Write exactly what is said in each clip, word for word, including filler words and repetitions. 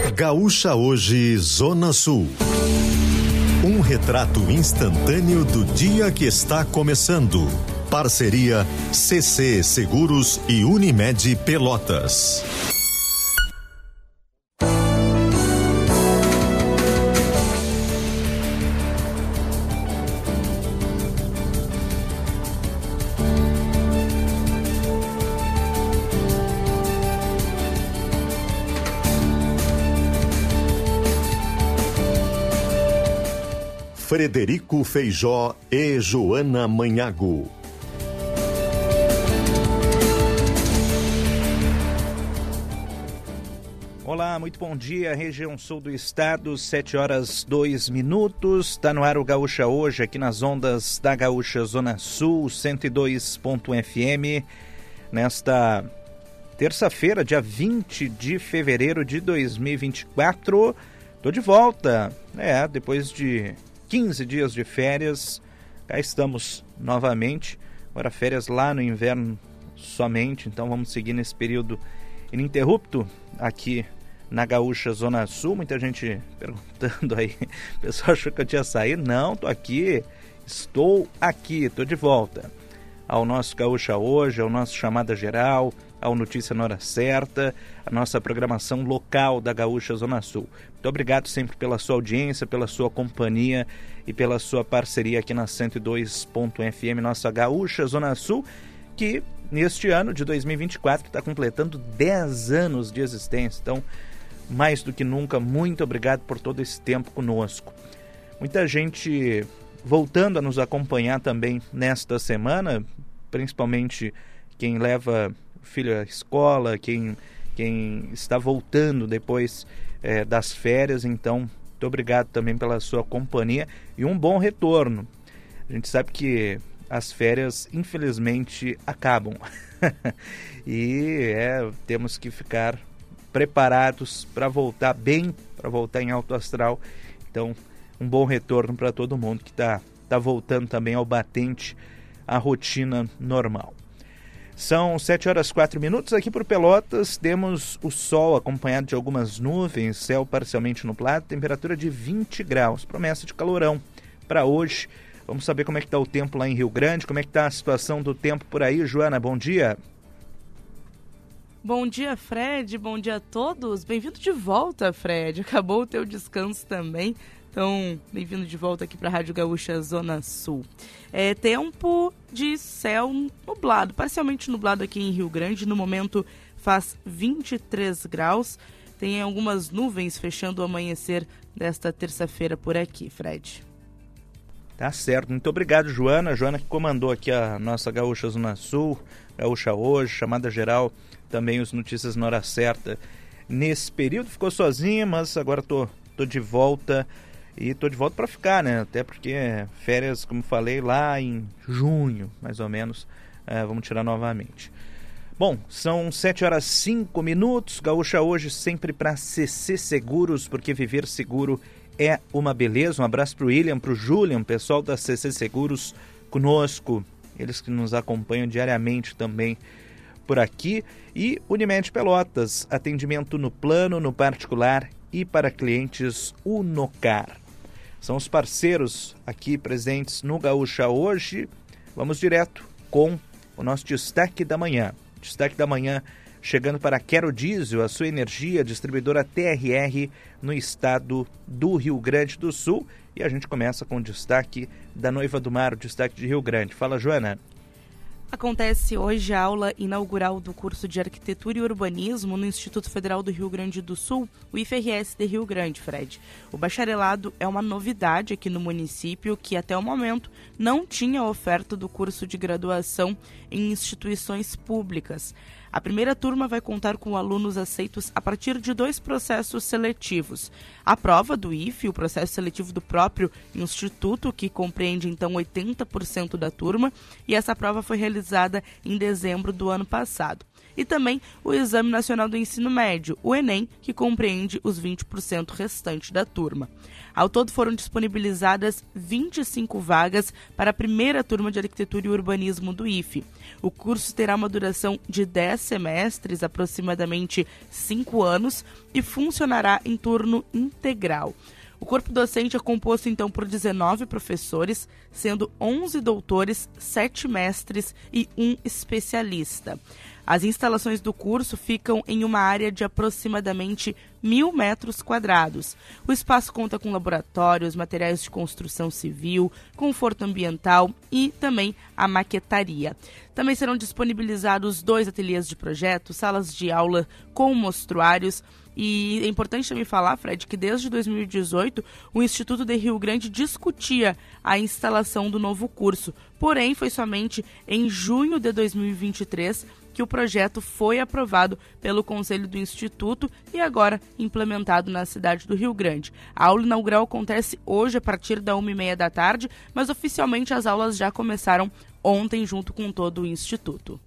Gaúcha Hoje, Zona Sul. Um retrato instantâneo do dia que está começando. Parceria C C Seguros e Unimed Pelotas. Frederico Feijó e Joana Manhago. Olá, muito bom dia, região sul do estado, sete horas dois minutos, está no ar o Gaúcha Hoje, aqui nas ondas da Gaúcha Zona Sul, cento e dois ponto um F M, nesta terça-feira, dia vinte de fevereiro de dois mil e vinte e quatro, estou de volta, é, depois de quinze dias de férias, cá estamos novamente, agora férias lá no inverno somente, então vamos seguir nesse período ininterrupto aqui na Gaúcha Zona Sul. Muita gente perguntando aí, o pessoal achou que eu tinha saído, não, tô aqui, estou aqui, tô de volta ao nosso Gaúcha Hoje, ao nosso Chamada Geral, ao Notícia na Hora Certa, a nossa programação local da Gaúcha Zona Sul. Muito obrigado sempre pela sua audiência, pela sua companhia e pela sua parceria aqui na cento e dois ponto um F M, nossa Gaúcha Zona Sul, que neste ano de dois mil e vinte e quatro está completando dez anos de existência. Então, mais do que nunca, muito obrigado por todo esse tempo conosco. Muita gente voltando a nos acompanhar também nesta semana, principalmente quem leva o filho à escola, quem, quem está voltando depois é, das férias. Então, muito obrigado também pela sua companhia e um bom retorno. A gente sabe que as férias, infelizmente, acabam. E é, temos que ficar preparados para voltar bem, para voltar em alto astral. Então, um bom retorno para todo mundo que está tá voltando também ao batente, à rotina normal. São sete horas e quatro minutos aqui por Pelotas, temos o sol acompanhado de algumas nuvens, céu parcialmente nublado, temperatura de vinte graus, promessa de calorão para hoje. Vamos saber como é que está o tempo lá em Rio Grande, como é que está a situação do tempo por aí. Joana, bom dia. Bom dia, Fred, bom dia a todos. Bem-vindo de volta, Fred. Acabou o teu descanso também. Então, bem-vindo de volta aqui para a Rádio Gaúcha Zona Sul. É tempo de céu nublado, parcialmente nublado aqui em Rio Grande. No momento faz vinte e três graus. Tem algumas nuvens fechando o amanhecer desta terça-feira por aqui, Fred. Tá certo, muito obrigado, Joana. Joana que comandou aqui a nossa Gaúcha Zona Sul, Gaúcha Hoje, Chamada Geral, também os Notícias na Hora Certa. Nesse período ficou sozinha, mas agora tô, tô de volta e tô de volta para ficar, né? Até porque férias, como falei, lá em junho, mais ou menos, é, vamos tirar novamente. Bom, são sete horas e cinco minutos, Gaúcha Hoje sempre para C C Seguros, porque viver seguro é uma beleza. Um abraço para o William, para o Julian, pessoal da C C Seguros conosco, eles que nos acompanham diariamente também por aqui. E Unimed Pelotas, atendimento no plano, no particular e para clientes Unocar. São os parceiros aqui presentes no Gaúcha Hoje. Vamos direto com o nosso destaque da manhã. Destaque da manhã chegando para a Quero Diesel, a sua energia, distribuidora T R R no estado do Rio Grande do Sul. E a gente começa com o destaque da Noiva do Mar, o destaque de Rio Grande. Fala, Joana. Acontece hoje a aula inaugural do curso de Arquitetura e Urbanismo no Instituto Federal do Rio Grande do Sul, o I F R S de Rio Grande, Fred. O bacharelado é uma novidade aqui no município que até o momento não tinha oferta do curso de graduação em instituições públicas. A primeira turma vai contar com alunos aceitos a partir de dois processos seletivos. A prova do I F, o processo seletivo do próprio instituto, que compreende então oitenta por cento da turma, e essa prova foi realizada em dezembro do ano passado. E também o Exame Nacional do Ensino Médio, o Enem, que compreende os vinte por cento restantes da turma. Ao todo foram disponibilizadas vinte e cinco vagas para a primeira turma de Arquitetura e Urbanismo do I F. O curso terá uma duração de dez semestres, aproximadamente cinco anos, e funcionará em turno integral. O corpo docente é composto, então, por dezenove professores, sendo onze doutores, sete mestres e um especialista. As instalações do curso ficam em uma área de aproximadamente mil metros quadrados. O espaço conta com laboratórios, materiais de construção civil, conforto ambiental e também a maquetaria. Também serão disponibilizados dois ateliês de projeto, salas de aula com mostruários. E é importante também falar, Fred, que desde dois mil e dezoito o Instituto de Rio Grande discutia a instalação do novo curso. Porém, foi somente em junho de dois mil e vinte e três que o projeto foi aprovado pelo Conselho do Instituto e agora implementado na cidade do Rio Grande. A aula inaugural acontece hoje a partir da uma e meia da tarde, mas oficialmente as aulas já começaram ontem junto com todo o Instituto.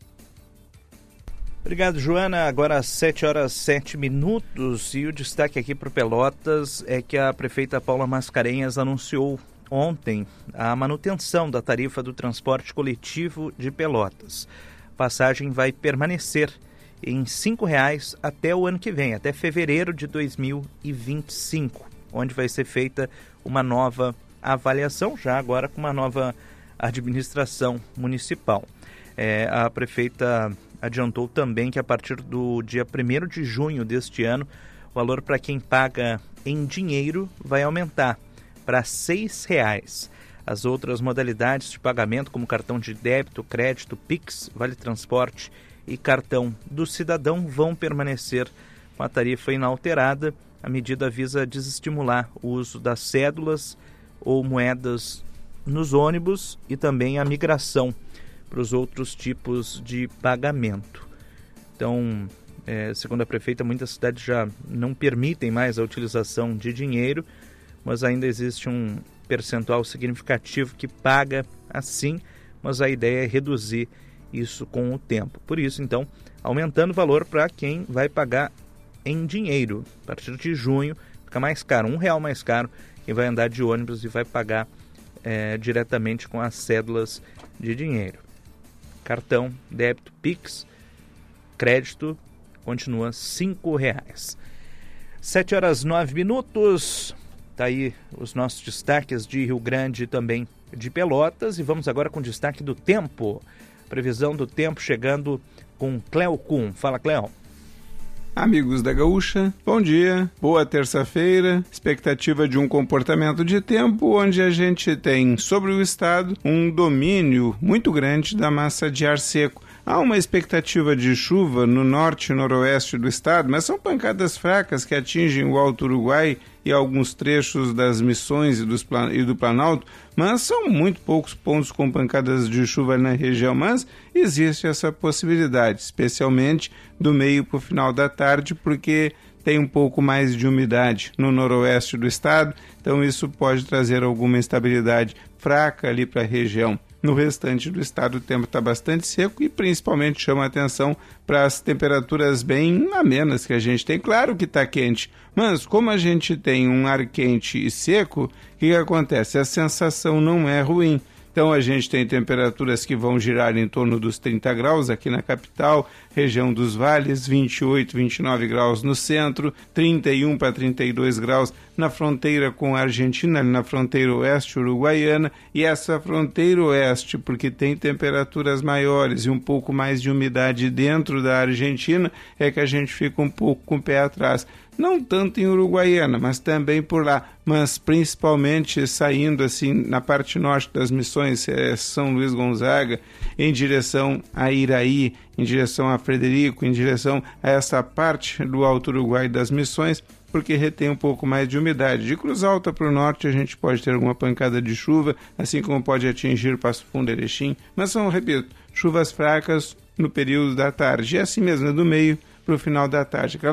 Obrigado, Joana. Agora às sete horas e sete minutos, e o destaque aqui para Pelotas é que a prefeita Paula Mascarenhas anunciou ontem a manutenção da tarifa do transporte coletivo de Pelotas. A passagem vai permanecer em cinco reais até o ano que vem, até fevereiro de dois mil e vinte e cinco, onde vai ser feita uma nova avaliação, já agora com uma nova administração municipal. É, a prefeita adiantou também que a partir do dia primeiro de junho deste ano, o valor para quem paga em dinheiro vai aumentar para seis reais. As outras modalidades de pagamento, como cartão de débito, crédito, Pix, Vale Transporte e cartão do cidadão, vão permanecer com a tarifa inalterada. A medida visa desestimular o uso das cédulas ou moedas nos ônibus e também a migração para os outros tipos de pagamento. Então, é, segundo a prefeita, muitas cidades já não permitem mais a utilização de dinheiro, mas ainda existe um percentual significativo que paga assim, mas a ideia é reduzir isso com o tempo. Por isso, então, aumentando o valor para quem vai pagar em dinheiro. A partir de junho, fica mais caro, um real mais caro, quem vai andar de ônibus e vai pagar é, diretamente com as cédulas de dinheiro. Cartão, débito, Pix, crédito, continua cinco reais. Sete horas nove minutos, tá aí os nossos destaques de Rio Grande e também de Pelotas, e vamos agora com o destaque do tempo. Previsão do tempo chegando com Cléo Kuhn. Fala, Cléo. Amigos da Gaúcha, bom dia, boa terça-feira, expectativa de um comportamento de tempo onde a gente tem sobre o estado um domínio muito grande da massa de ar seco. Há uma expectativa de chuva no norte e noroeste do estado, mas são pancadas fracas que atingem o Alto Uruguai e alguns trechos das Missões e, dos Plan- e do Planalto, mas são muito poucos pontos com pancadas de chuva na região, mas existe essa possibilidade, especialmente do meio para o final da tarde, porque tem um pouco mais de umidade no noroeste do estado, então isso pode trazer alguma instabilidade fraca ali para a região. No restante do estado o tempo está bastante seco e principalmente chama a atenção para as temperaturas bem amenas que a gente tem. Claro que está quente, mas como a gente tem um ar quente e seco, o que, que acontece? A sensação não é ruim. Então a gente tem temperaturas que vão girar em torno dos trinta graus aqui na capital, região dos vales, vinte e oito, vinte e nove graus no centro, trinta e um para trinta e dois graus na fronteira com a Argentina, na fronteira oeste uruguaiana, e essa fronteira oeste, porque tem temperaturas maiores e um pouco mais de umidade dentro da Argentina, é que a gente fica um pouco com o pé atrás. Não tanto em Uruguaiana, mas também por lá, mas principalmente saindo assim na parte norte das Missões, é, São Luís Gonzaga, em direção a Iraí, em direção a Frederico, em direção a essa parte do Alto Uruguai das Missões, porque retém um pouco mais de umidade. De Cruz Alta para o norte a gente pode ter alguma pancada de chuva, assim como pode atingir Passo Fundo e Erechim, mas são, repito, chuvas fracas no período da tarde, e assim mesmo do meio para o final da tarde, aquela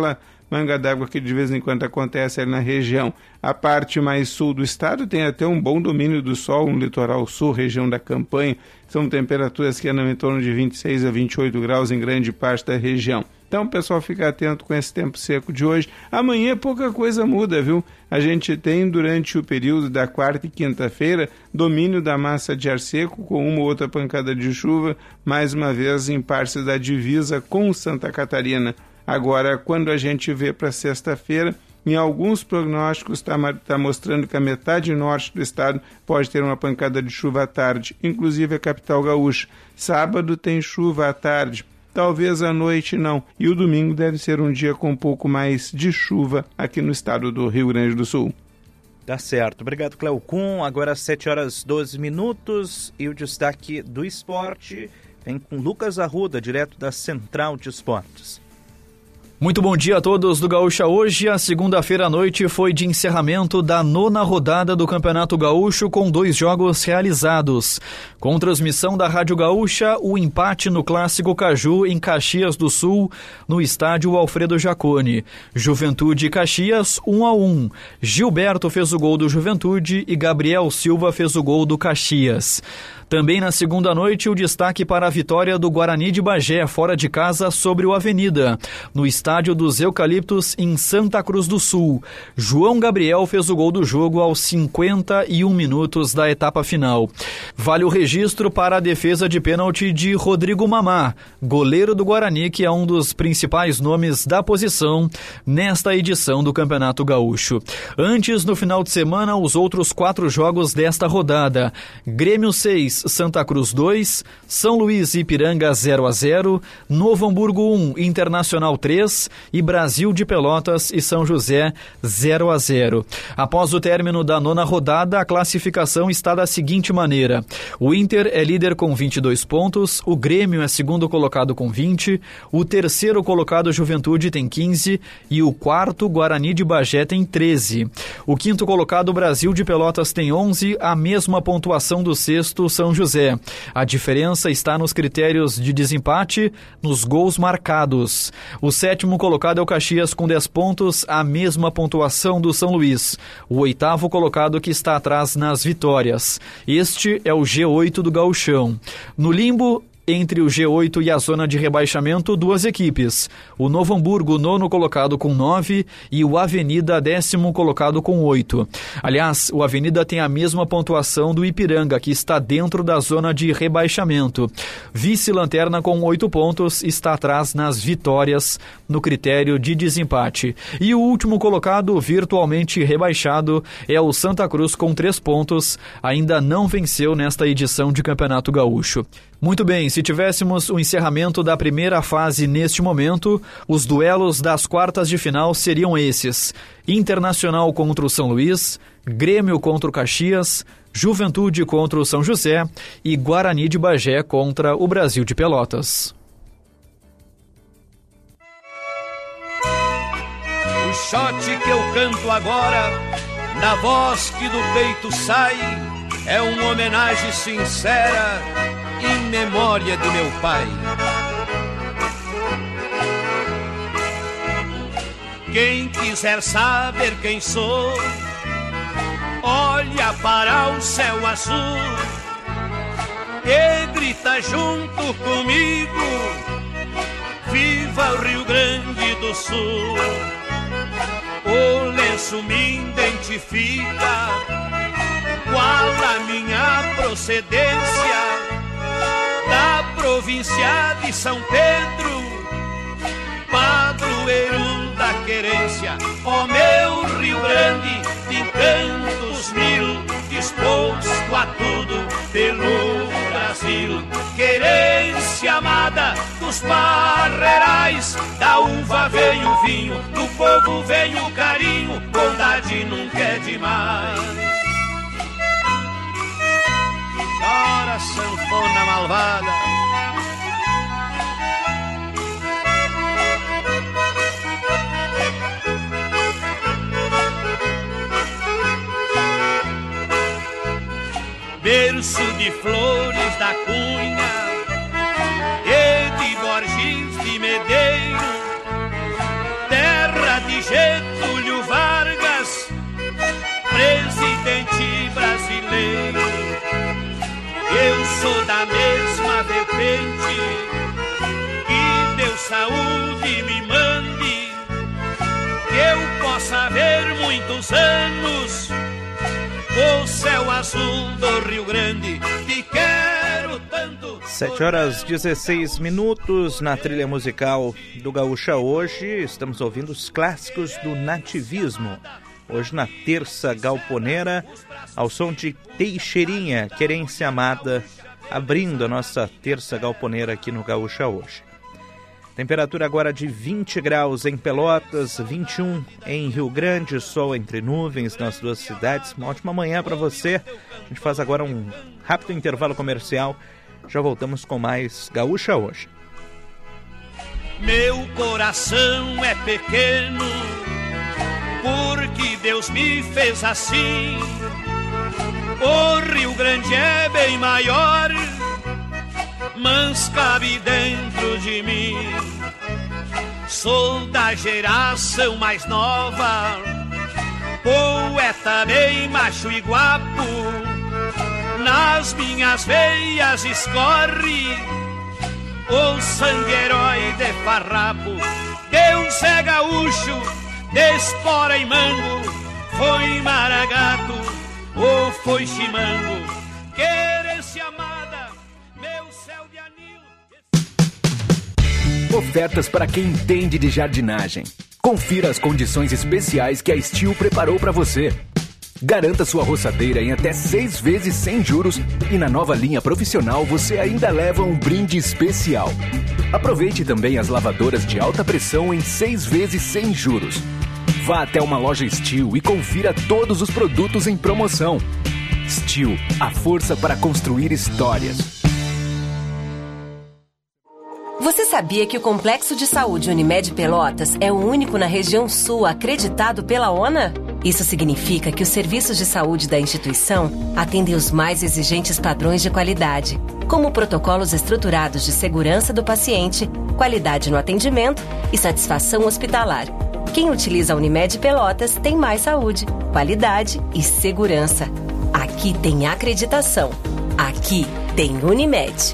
manga d'água que de vez em quando acontece ali na região. A parte mais sul do estado tem até um bom domínio do sol, no litoral sul, região da Campanha. São temperaturas que andam em torno de vinte e seis a vinte e oito graus em grande parte da região. Então, o pessoal fica atento com esse tempo seco de hoje. Amanhã pouca coisa muda, viu? A gente tem, durante o período da quarta e quinta-feira, domínio da massa de ar seco, com uma ou outra pancada de chuva, mais uma vez em partes da divisa com Santa Catarina. Agora, quando a gente vê para sexta-feira, em alguns prognósticos está tá mostrando que a metade norte do estado pode ter uma pancada de chuva à tarde, inclusive a capital gaúcha. Sábado tem chuva à tarde. Talvez à noite não. E o domingo deve ser um dia com um pouco mais de chuva aqui no estado do Rio Grande do Sul. Tá certo. Obrigado, Cleocum. Agora às sete horas e doze minutos e o destaque do esporte vem com Lucas Arruda, direto da Central de Esportes. Muito bom dia a todos do Gaúcha. Hoje, a segunda-feira à noite, foi de encerramento da nona rodada do Campeonato Gaúcho com dois jogos realizados. Com transmissão da Rádio Gaúcha, o empate no Clássico Caju em Caxias do Sul, no estádio Alfredo Jaconi. Juventude e Caxias, um a um. Gilberto fez o gol do Juventude e Gabriel Silva fez o gol do Caxias. Também na segunda noite, o destaque para a vitória do Guarani de Bagé, fora de casa, sobre o Avenida, no estádio dos Eucaliptos, em Santa Cruz do Sul. João Gabriel fez o gol do jogo aos cinquenta e um minutos da etapa final. Vale o registro para a defesa de pênalti de Rodrigo Mamá, goleiro do Guarani, que é um dos principais nomes da posição nesta edição do Campeonato Gaúcho. Antes, no final de semana, os outros quatro jogos desta rodada. Grêmio seis, Santa Cruz dois, São Luís e Ipiranga zero a zero, Novo Hamburgo um, Internacional três e Brasil de Pelotas e São José zero a zero. Após o término da nona rodada, a classificação está da seguinte maneira: o Inter é líder com vinte e dois pontos, o Grêmio é segundo colocado com vinte, o terceiro colocado Juventude tem quinze e o quarto Guarani de Bagé tem treze. O quinto colocado Brasil de Pelotas tem onze, a mesma pontuação do sexto São José. A diferença está nos critérios de desempate, nos gols marcados. O sétimo colocado é o Caxias com dez pontos, a mesma pontuação do São Luís. O oitavo colocado que está atrás nas vitórias. Este é o G oito do Gauchão. No limbo, entre o G oito e a zona de rebaixamento, duas equipes. O Novo Hamburgo, nono colocado com nove, e o Avenida, décimo colocado com oito. Aliás, o Avenida tem a mesma pontuação do Ipiranga, que está dentro da zona de rebaixamento. Vice-lanterna com oito pontos, está atrás nas vitórias no critério de desempate. E o último colocado, virtualmente rebaixado, é o Santa Cruz com três pontos, ainda não venceu nesta edição de Campeonato Gaúcho. Muito bem, se tivéssemos o encerramento da primeira fase neste momento, os duelos das quartas de final seriam esses: Internacional contra o São Luís, Grêmio contra o Caxias, Juventude contra o São José e Guarani de Bagé contra o Brasil de Pelotas. O shot que eu canto agora, na voz que do peito sai, é uma homenagem sincera em memória de meu pai. Quem quiser saber quem sou, olha para o céu azul e grita junto comigo: viva o Rio Grande do Sul! O lenço me identifica, qual a minha procedência, da província de São Pedro, padroeiro da querência. Ó meu Rio Grande, de tantos mil, disposto a tudo pelo Brasil. Querência amada dos parreirais, da uva vem o vinho, do povo vem o carinho, bondade nunca é demais. Ora, sanfona malvada, berço de Flores da Cunha e de Borges de Medeiro, terra Getúlio Vargas, presidente brasileiro. Eu sou da mesma vertente, que Deus saúde me mande, que eu possa ver muitos anos o céu azul do Rio Grande. Te quero tanto. sete horas e dezesseis minutos na trilha musical do Gaúcha hoje. Estamos ouvindo os clássicos do nativismo. Hoje na terça galponeira, ao som de Teixeirinha, Querência Amada, abrindo a nossa terça galponeira aqui no Gaúcha hoje. Temperatura agora de vinte graus em Pelotas, vinte e um em Rio Grande, sol entre nuvens nas duas cidades. Uma ótima manhã para você. A gente faz agora um rápido intervalo comercial. Já voltamos com mais Gaúcha hoje. Meu coração é pequeno, porque Deus me fez assim. O Rio Grande é bem maior, mas cabe dentro de mim. Sou da geração mais nova, poeta bem macho e guapo. Nas minhas veias escorre o sangue herói de farrapo. Deus é gaúcho, de espora e mango, foi maragato ou foi chimango. Querência amada, meu céu de anil. Ofertas para quem entende de jardinagem. Confira as condições especiais que a Steel preparou para você. Garanta sua roçadeira em até seis vezes sem juros e na nova linha profissional você ainda leva um brinde especial. Aproveite também as lavadoras de alta pressão em seis vezes sem juros. Vá até uma loja Steel e confira todos os produtos em promoção. Steel, a força para construir histórias. Você sabia que o Complexo de Saúde Unimed Pelotas é o único na região sul acreditado pela ONA? Isso significa que os serviços de saúde da instituição atendem os mais exigentes padrões de qualidade, como protocolos estruturados de segurança do paciente, qualidade no atendimento e satisfação hospitalar. Quem utiliza a Unimed Pelotas tem mais saúde, qualidade e segurança. Aqui tem acreditação. Aqui tem Unimed.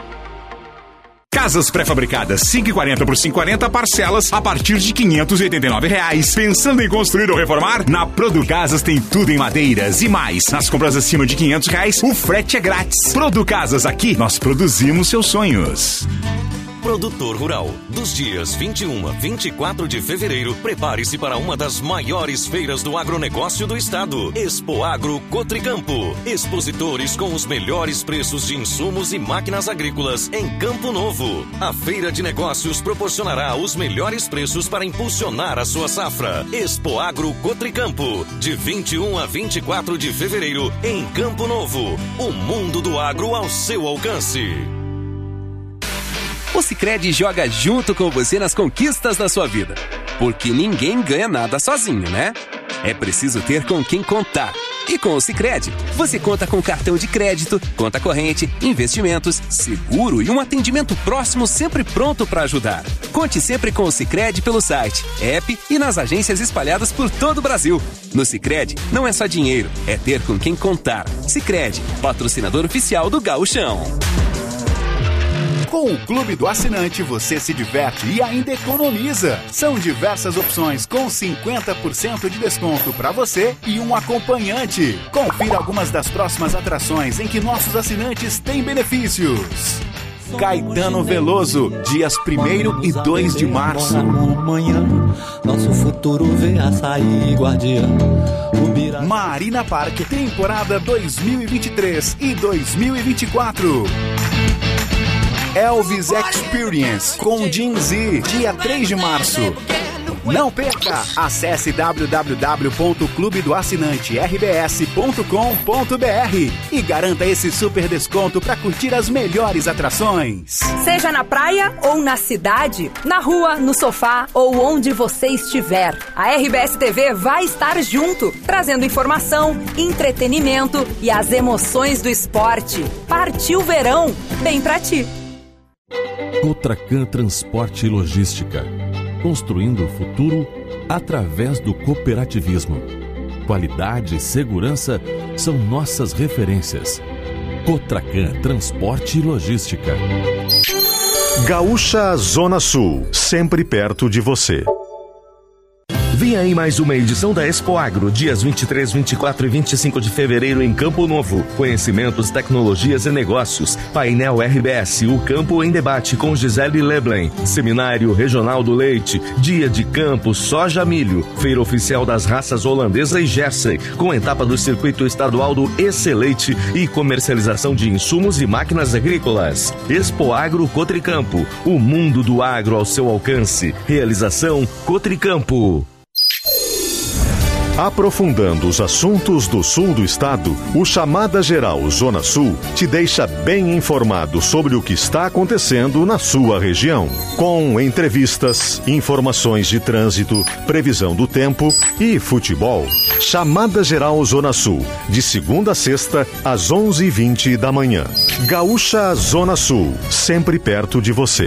Casas pré-fabricadas cinco e quarenta por cinco e quarenta, parcelas a partir de quinhentos e oitenta e nove reais. Pensando em construir ou reformar? Na Producasas tem tudo em madeiras e mais. Nas compras acima de quinhentos reais, o frete é grátis. Producasas, aqui nós produzimos seus sonhos. Produtor Rural. Dos dias vinte e um a vinte e quatro de fevereiro, prepare-se para uma das maiores feiras do agronegócio do estado. Expo Agro Cotricampo. Expositores com os melhores preços de insumos e máquinas agrícolas em Campo Novo. A feira de negócios proporcionará os melhores preços para impulsionar a sua safra. Expo Agro Cotricampo. De vinte e um a vinte e quatro de fevereiro em Campo Novo. O mundo do agro ao seu alcance. O Sicredi joga junto com você nas conquistas da sua vida. Porque ninguém ganha nada sozinho, né? É preciso ter com quem contar. E com o Sicredi, você conta com cartão de crédito, conta corrente, investimentos, seguro e um atendimento próximo sempre pronto para ajudar. Conte sempre com o Sicredi pelo site, app e nas agências espalhadas por todo o Brasil. No Sicredi, não é só dinheiro, é ter com quem contar. Sicredi, patrocinador oficial do Gauchão. Com o Clube do Assinante, você se diverte e ainda economiza. São diversas opções com cinquenta por cento de desconto para você e um acompanhante. Confira algumas das próximas atrações em que nossos assinantes têm benefícios. Caetano Veloso, dias primeiro e dois de março. Nosso futuro vê a sair, guardião. Marina Park, temporada dois mil e vinte e três e dois mil e vinte e quatro. Elvis Experience com Jim Z, dia três de março. Não perca! Acesse w w w ponto clube do assinante r b s ponto com ponto b r e garanta esse super desconto para curtir as melhores atrações. Seja na praia ou na cidade, na rua, no sofá ou onde você estiver, a R B S T V vai estar junto, trazendo informação, entretenimento e as emoções do esporte. Partiu o verão, bem pra ti! Cotracan Transporte e Logística. Construindo o futuro através do cooperativismo. Qualidade e segurança são nossas referências. Cotracan Transporte e Logística. Gaúcha Zona Sul, sempre perto de você. Vem aí mais uma edição da Expo Agro, dias vinte e três, vinte e quatro e vinte e cinco de fevereiro em Campo Novo. Conhecimentos, tecnologias e negócios. Painel R B S, o campo em debate com Gisele Leblen. Seminário Regional do Leite, dia de campo, soja, milho. Feira oficial das raças holandesa e Jersey, com etapa do circuito estadual do Excelente e comercialização de insumos e máquinas agrícolas. Expo Agro Cotricampo, o mundo do agro ao seu alcance. Realização Cotricampo. Aprofundando os assuntos do sul do estado, o Chamada Geral Zona Sul te deixa bem informado sobre o que está acontecendo na sua região. Com entrevistas, informações de trânsito, previsão do tempo e futebol. Chamada Geral Zona Sul, de segunda a sexta, às onze e vinte da manhã. Gaúcha Zona Sul, sempre perto de você.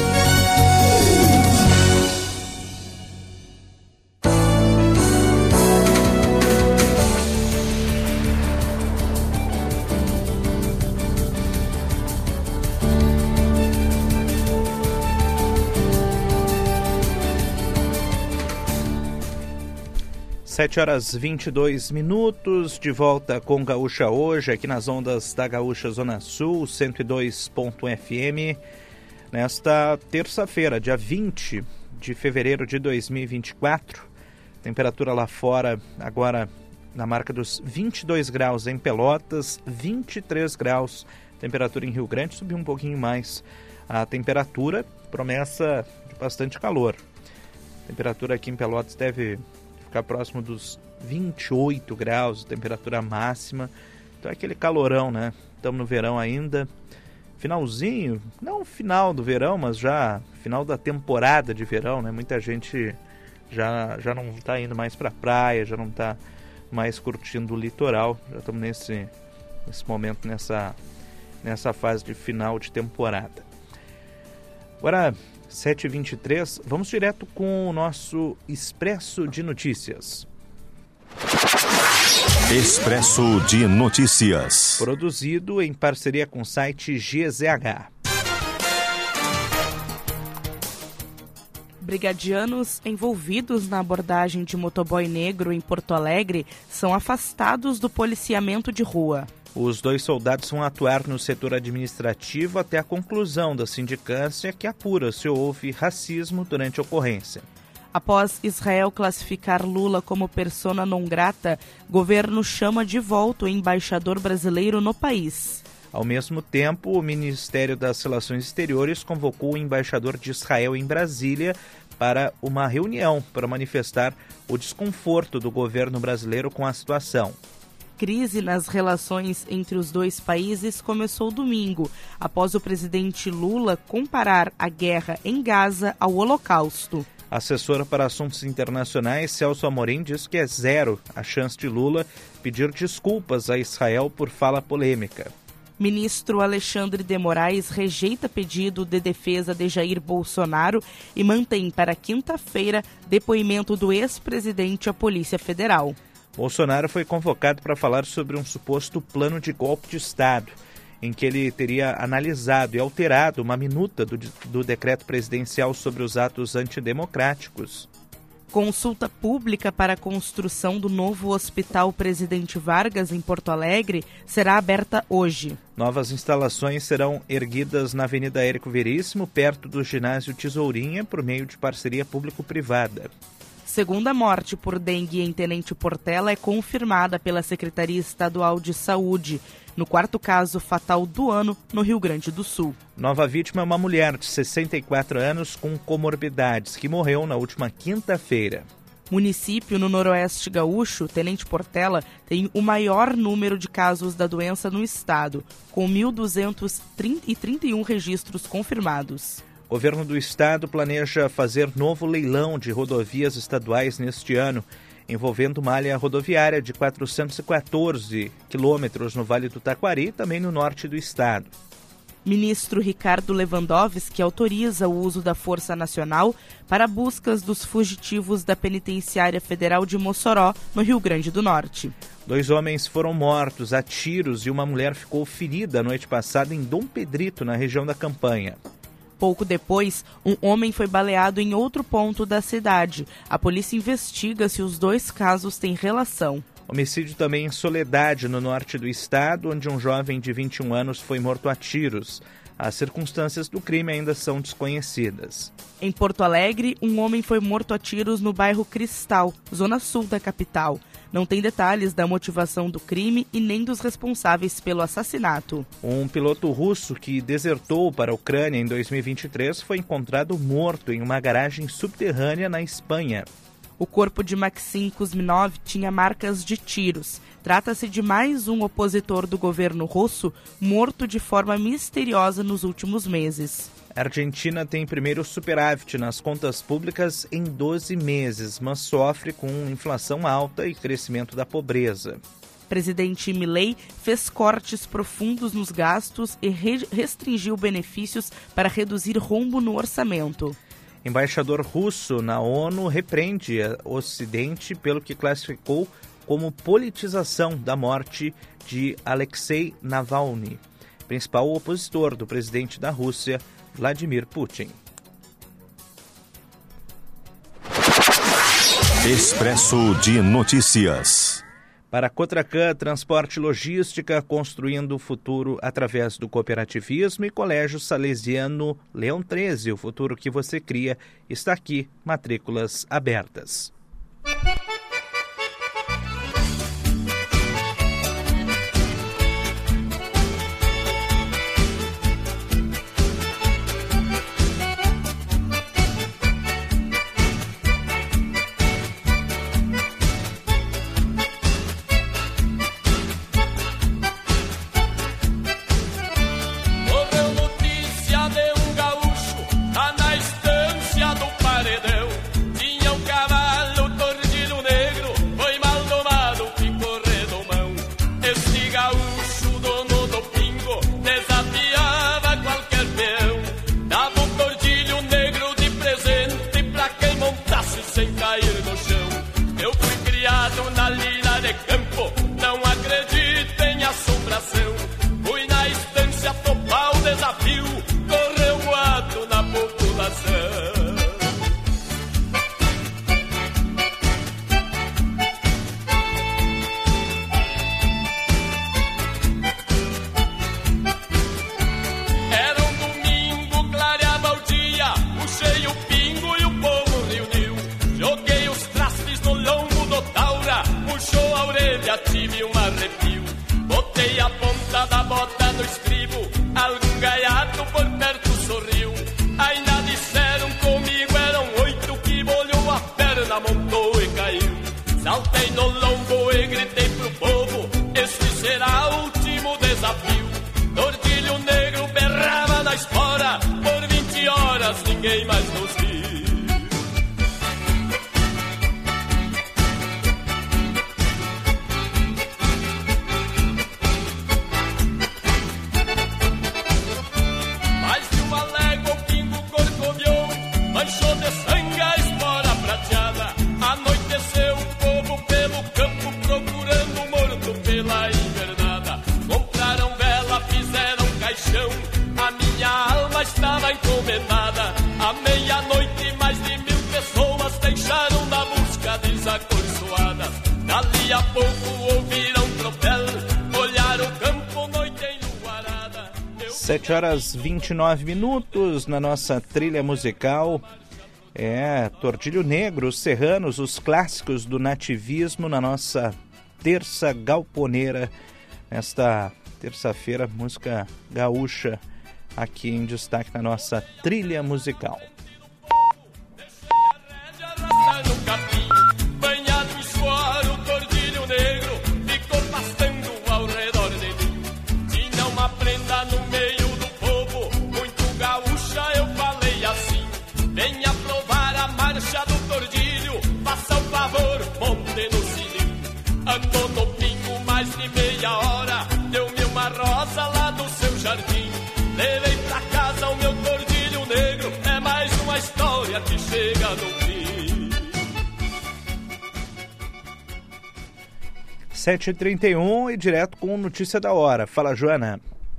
sete horas e vinte e dois minutos, de volta com Gaúcha Hoje, aqui nas ondas da Gaúcha Zona Sul, cento e dois ponto um F M, nesta terça-feira, dia vinte de fevereiro de dois mil e vinte e quatro. Temperatura lá fora agora na marca dos vinte e dois graus em Pelotas, vinte e três graus, temperatura em Rio Grande, subiu um pouquinho mais a temperatura, promessa de bastante calor. A temperatura aqui em Pelotas deve ficar próximo dos vinte e oito graus, temperatura máxima. Então é aquele calorão, né? Estamos no verão ainda. Finalzinho, não final do verão, mas já final da temporada de verão, né? Muita gente já, já não está indo mais para a praia, já não está mais curtindo o litoral. Já estamos nesse, nesse momento, nessa, nessa fase de final de temporada. Agora, sete e vinte e três, vamos direto com o nosso Expresso de Notícias. Expresso de Notícias. Produzido em parceria com o site G Z H. Brigadianos envolvidos na abordagem de motoboy negro em Porto Alegre são afastados do policiamento de rua. Os dois soldados vão atuar no setor administrativo até a conclusão da sindicância que apura se houve racismo durante a ocorrência. Após Israel classificar Lula como persona non grata, governo chama de volta o embaixador brasileiro no país. Ao mesmo tempo, o Ministério das Relações Exteriores convocou o embaixador de Israel em Brasília para uma reunião para manifestar o desconforto do governo brasileiro com a situação. Crise nas relações entre os dois países começou domingo, após o presidente Lula comparar a guerra em Gaza ao Holocausto. Assessora para assuntos internacionais, Celso Amorim, diz que é zero a chance de Lula pedir desculpas a Israel por fala polêmica. Ministro Alexandre de Moraes rejeita pedido de defesa de Jair Bolsonaro e mantém para quinta-feira depoimento do ex-presidente à Polícia Federal. Bolsonaro foi convocado para falar sobre um suposto plano de golpe de Estado, em que ele teria analisado e alterado uma minuta do, do decreto presidencial sobre os atos antidemocráticos. Consulta pública para a construção do novo Hospital Presidente Vargas, em Porto Alegre, será aberta hoje. Novas instalações serão erguidas na Avenida Érico Veríssimo, perto do ginásio Tesourinha, por meio de parceria público-privada. Segunda morte por dengue em Tenente Portela é confirmada pela Secretaria Estadual de Saúde, no quarto caso fatal do ano no Rio Grande do Sul. Nova vítima é uma mulher de sessenta e quatro anos com comorbidades, que morreu na última quinta-feira. Município no Noroeste Gaúcho, Tenente Portela, tem o maior número de casos da doença no estado, com mil duzentos e trinta e um registros confirmados. O governo do estado planeja fazer novo leilão de rodovias estaduais neste ano, envolvendo malha rodoviária de quatrocentos e quatorze quilômetros no Vale do Taquari e também no norte do estado. Ministro Ricardo Lewandowski autoriza o uso da Força Nacional para buscas dos fugitivos da Penitenciária Federal de Mossoró, no Rio Grande do Norte. Dois homens foram mortos a tiros e uma mulher ficou ferida a noite passada em Dom Pedrito, na região da Campanha. Pouco depois, um homem foi baleado em outro ponto da cidade. A polícia investiga se os dois casos têm relação. Homicídio também em Soledade, no norte do estado, onde um jovem de vinte e um anos foi morto a tiros. As circunstâncias do crime ainda são desconhecidas. Em Porto Alegre, um homem foi morto a tiros no bairro Cristal, zona sul da capital. Não tem detalhes da motivação do crime e nem dos responsáveis pelo assassinato. Um piloto russo que desertou para a Ucrânia em dois mil e vinte e três foi encontrado morto em uma garagem subterrânea na Espanha. O corpo de Maxim Kuzminov tinha marcas de tiros. Trata-se de mais um opositor do governo russo morto de forma misteriosa nos últimos meses. A Argentina tem primeiro superávit nas contas públicas em doze meses, mas sofre com inflação alta e crescimento da pobreza. Presidente Milei fez cortes profundos nos gastos e re- restringiu benefícios para reduzir rombo no orçamento. Embaixador russo na ONU repreende o Ocidente pelo que classificou como politização da morte de Alexei Navalny, principal opositor do presidente da Rússia, Vladimir Putin. Expresso de Notícias. Para a Cotracan, transporte e logística, construindo o futuro através do cooperativismo, e Colégio Salesiano Leão treze, o futuro que você cria, está aqui, matrículas abertas. sete horas e vinte e nove minutos na nossa trilha musical. É, Tordilho Negro, os Serranos, os clássicos do nativismo na nossa terça galponeira. Nesta terça-feira, música gaúcha aqui em destaque na nossa trilha musical. Andou no pingo mais de meia hora, deu-me uma rosa lá do seu jardim. Levei sete e trinta e um e direto com notícia da hora. Fala, Joana.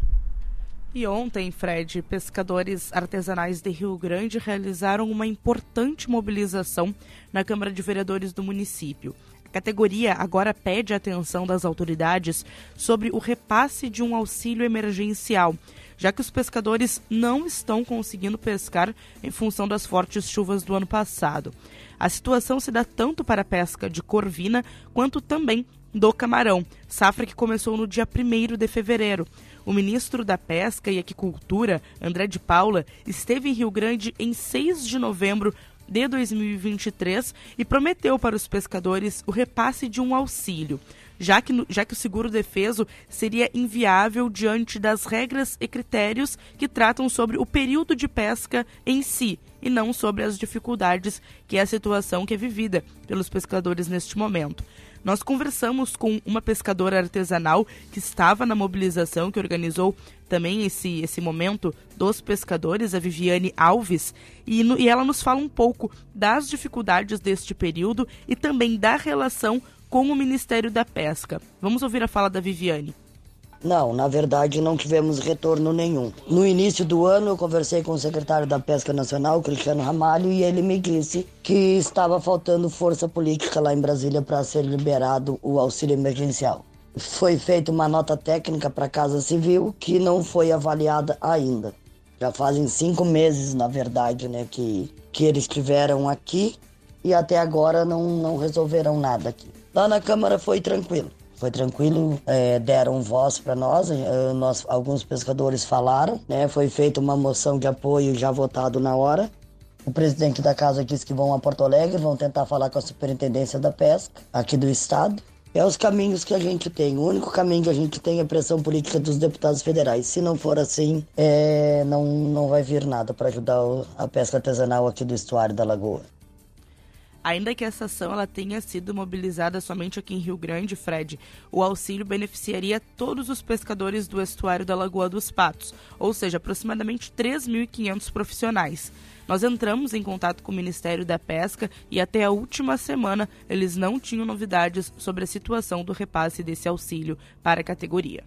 E ontem, Fred, pescadores artesanais de Rio Grande realizaram uma importante mobilização na Câmara de Vereadores do município. A categoria agora pede a atenção das autoridades sobre o repasse de um auxílio emergencial, já que os pescadores não estão conseguindo pescar em função das fortes chuvas do ano passado. A situação se dá tanto para a pesca de corvina quanto também do camarão, safra que começou no dia primeiro de fevereiro. O ministro da Pesca e Aquicultura, André de Paula, esteve em Rio Grande em seis de novembro de dois mil e vinte e três e prometeu para os pescadores o repasse de um auxílio, já que, já que o seguro-defeso seria inviável diante das regras e critérios que tratam sobre o período de pesca em si e não sobre as dificuldades que é a situação que é vivida pelos pescadores neste momento. Nós conversamos com uma pescadora artesanal que estava na mobilização, que organizou também esse, esse momento dos pescadores, a Viviane Alves, e, no, e ela nos fala um pouco das dificuldades deste período e também da relação com o Ministério da Pesca. Vamos ouvir a fala da Viviane. Não, na verdade não tivemos retorno nenhum. No início do ano eu conversei com o secretário da Pesca Nacional, Cristiano Ramalho, e ele me disse que estava faltando força política lá em Brasília para ser liberado o auxílio emergencial. Foi feita uma nota técnica para a Casa Civil que não foi avaliada ainda. Já fazem cinco meses, na verdade, né, que, que eles estiveram aqui e até agora não, não resolveram nada aqui. Lá na Câmara foi tranquilo. Foi tranquilo, é, deram voz para nós, é, nós, alguns pescadores falaram, né, foi feita uma moção de apoio já votado na hora. O presidente da casa disse que vão a Porto Alegre, vão tentar falar com a Superintendência da Pesca aqui do estado. É os caminhos que a gente tem, o único caminho que a gente tem é a pressão política dos deputados federais. Se não for assim, é, não, não vai vir nada para ajudar a pesca artesanal aqui do estuário da Lagoa. Ainda que essa ação ela tenha sido mobilizada somente aqui em Rio Grande, Fred, o auxílio beneficiaria todos os pescadores do estuário da Lagoa dos Patos, ou seja, aproximadamente três mil e quinhentos profissionais. Nós entramos em contato com o Ministério da Pesca e até a última semana eles não tinham novidades sobre a situação do repasse desse auxílio para a categoria.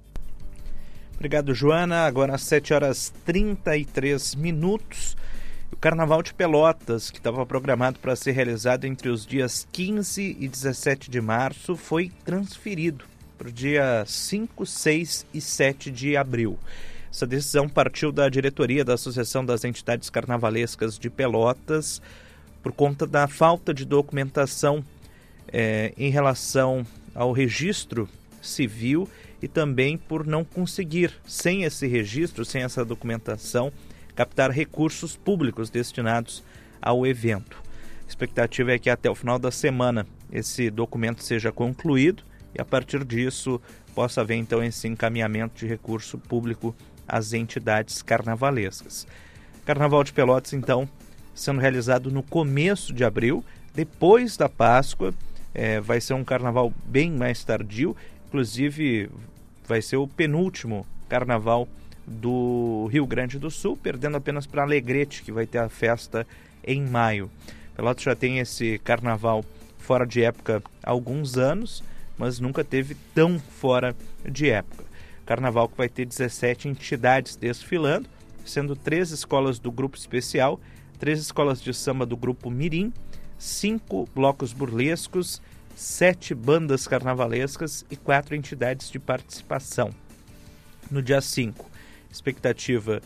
Obrigado, Joana. Agora às sete horas e trinta e três minutos. O Carnaval de Pelotas, que estava programado para ser realizado entre os dias quinze e dezessete de março, foi transferido para o dia cinco, seis e sete de abril. Essa decisão partiu da diretoria da Associação das Entidades Carnavalescas de Pelotas por conta da falta de documentação é, em relação ao registro civil e também por não conseguir, sem esse registro, sem essa documentação, captar recursos públicos destinados ao evento. A expectativa é que até o final da semana esse documento seja concluído e a partir disso possa haver então esse encaminhamento de recurso público às entidades carnavalescas. Carnaval de Pelotas então sendo realizado no começo de abril, depois da Páscoa, é, vai ser um carnaval bem mais tardio, inclusive vai ser o penúltimo carnaval do Rio Grande do Sul, perdendo apenas para Alegrete, que vai ter a festa em maio. Pelotas já tem esse carnaval fora de época há alguns anos, mas nunca teve tão fora de época. Carnaval que vai ter dezessete entidades desfilando, sendo três escolas do Grupo Especial, três escolas de samba do Grupo Mirim, cinco blocos burlescos, sete bandas carnavalescas e quatro entidades de participação. No dia cinco, expectativa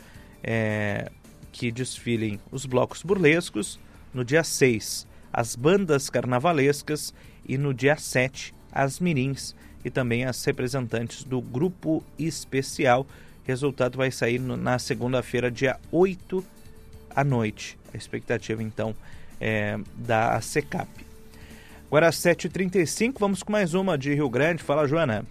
é que desfilem os blocos burlescos, no dia seis as bandas carnavalescas e no dia sete as mirins e também as representantes do Grupo Especial. O resultado vai sair no, na segunda-feira, dia oito à noite. A expectativa então é da ACECAP. Agora às sete e trinta e cinco, vamos com mais uma de Rio Grande. Fala, Joana.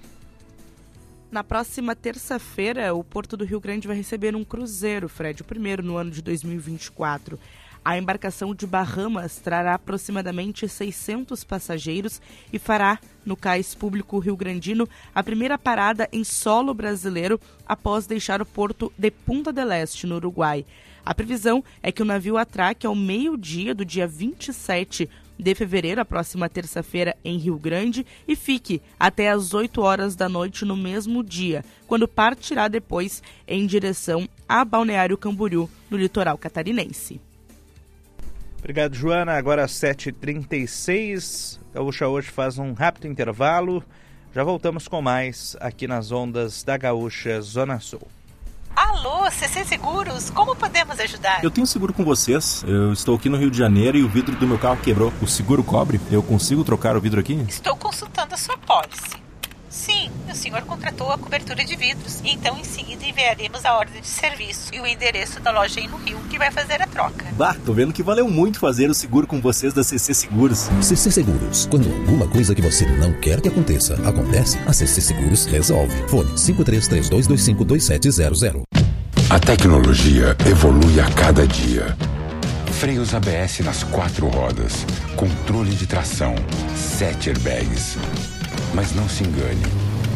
Na próxima terça-feira, o Porto do Rio Grande vai receber um cruzeiro, Fred, o primeiro no ano de dois mil e vinte e quatro. A embarcação de Bahamas trará aproximadamente seiscentos passageiros e fará, no cais público rio-grandino, a primeira parada em solo brasileiro após deixar o porto de Punta del Este, no Uruguai. A previsão é que o navio atraque ao meio-dia do dia vinte e sete de fevereiro, a próxima terça-feira, em Rio Grande, e fique até às oito horas da noite no mesmo dia, quando partirá depois em direção a Balneário Camboriú, no litoral catarinense. Obrigado, Joana. Agora às sete e trinta e seis, Gaúcha Hoje faz um rápido intervalo. Já voltamos com mais aqui nas ondas da Gaúcha Zona Sul. Alô, C C Seguros, como podemos ajudar? Eu tenho seguro com vocês. Eu estou aqui no Rio de Janeiro e o vidro do meu carro quebrou. O seguro cobre? Eu consigo trocar o vidro aqui? Estou consultando a sua pólice. Sim, o senhor contratou a cobertura de vidros. Então, em seguida, enviaremos a ordem de serviço e o endereço da loja aí no Rio, que vai fazer a troca. Bah, tô vendo que valeu muito fazer o seguro com vocês da C C Seguros. C C Seguros. Quando alguma coisa que você não quer que aconteça, acontece, a C C Seguros resolve. Fone cinco três três dois dois cinco dois sete zero zero. A tecnologia evolui a cada dia. Freios A B S nas quatro rodas, controle de tração, sete airbags. Mas não se engane.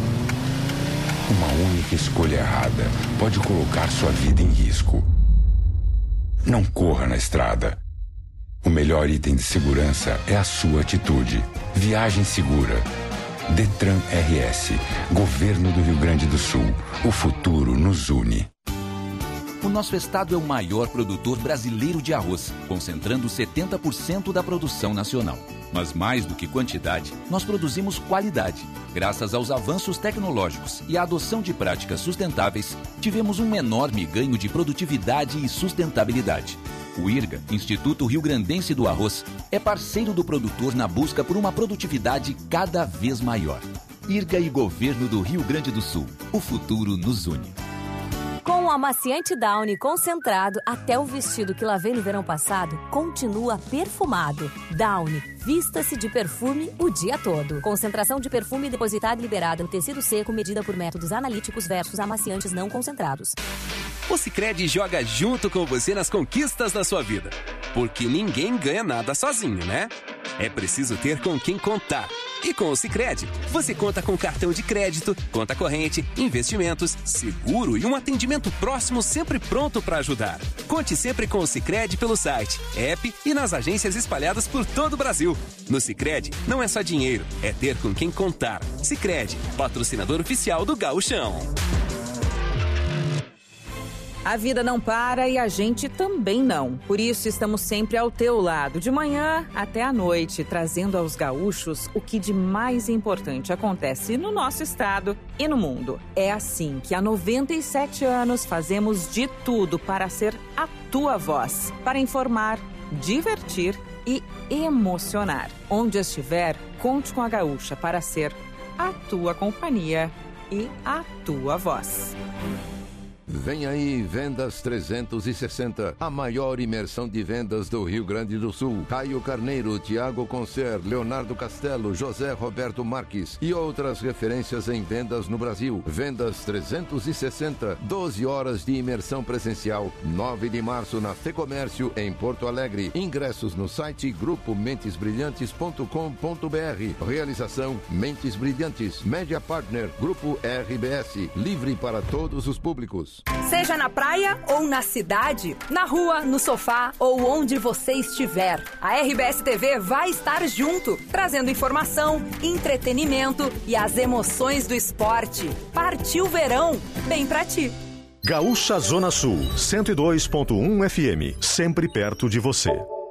Uma única escolha errada pode colocar sua vida em risco. Não corra na estrada. O melhor item de segurança é a sua atitude. Viagem segura. Detran R S. Governo do Rio Grande do Sul. O futuro nos une. O nosso estado é o maior produtor brasileiro de arroz, concentrando setenta por cento da produção nacional. Mas mais do que quantidade, nós produzimos qualidade. Graças aos avanços tecnológicos e à adoção de práticas sustentáveis, tivemos um enorme ganho de produtividade e sustentabilidade. O IRGA, Instituto Rio Grandense do Arroz, é parceiro do produtor na busca por uma produtividade cada vez maior. IRGA e Governo do Rio Grande do Sul. O futuro nos une. Com o amaciante Downy concentrado, até o vestido que lavei no verão passado continua perfumado. Downy, vista-se de perfume o dia todo. Concentração de perfume depositada e liberada no tecido seco, medida por métodos analíticos versus amaciantes não concentrados. O Sicredi joga junto com você nas conquistas da sua vida. Porque ninguém ganha nada sozinho, né? É preciso ter com quem contar. E com o Sicredi, você conta com cartão de crédito, conta corrente, investimentos, seguro e um atendimento próximo sempre pronto para ajudar. Conte sempre com o Sicredi pelo site, app e nas agências espalhadas por todo o Brasil. No Sicredi, não é só dinheiro, é ter com quem contar. Sicredi, patrocinador oficial do Gauchão. A vida não para e a gente também não. Por isso estamos sempre ao teu lado, de manhã até à noite, trazendo aos gaúchos o que de mais importante acontece no nosso estado e no mundo. É assim que há noventa e sete anos fazemos de tudo para ser a tua voz, para informar, divertir e emocionar. Onde estiver, conte com a Gaúcha para ser a tua companhia e a tua voz. Vem aí Vendas trezentos e sessenta, a maior imersão de vendas do Rio Grande do Sul. Caio Carneiro, Tiago Concer, Leonardo Castelo, José Roberto Marques e outras referências em vendas no Brasil. Vendas trezentos e sessenta, doze horas de imersão presencial, nove de março na Fecomércio, em Porto Alegre. Ingressos no site grupo mentes brilhantes ponto com ponto b r. Realização Mentes Brilhantes, Média Partner, Grupo R B S, livre para todos os públicos. Seja na praia ou na cidade, na rua, no sofá ou onde você estiver, a R B S T V vai estar junto, trazendo informação, entretenimento e as emoções do esporte. Partiu verão, bem pra ti. Gaúcha Zona Sul, cento e dois ponto um F M, sempre perto de você.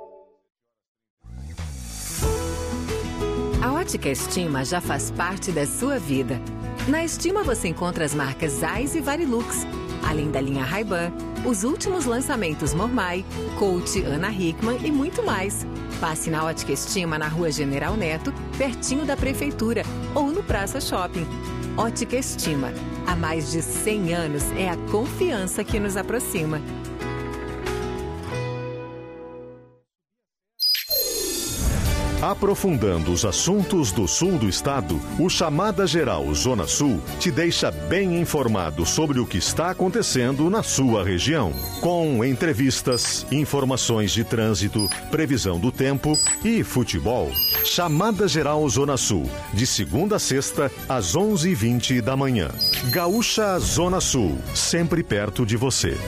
A Ótica Estima já faz parte da sua vida. Na Estima você encontra as marcas Zeiss e Varilux, além da linha Ray-Ban, os últimos lançamentos Mormai, Coach, Ana Hickman e muito mais. Passe na Ótica Estima na Rua General Neto, pertinho da Prefeitura, ou no Praça Shopping. Ótica Estima. Há mais de cem anos é a confiança que nos aproxima. Aprofundando os assuntos do sul do estado, o Chamada Geral Zona Sul te deixa bem informado sobre o que está acontecendo na sua região. Com entrevistas, informações de trânsito, previsão do tempo e futebol. Chamada Geral Zona Sul, de segunda a sexta, às onze e vinte da manhã. Gaúcha Zona Sul, sempre perto de você.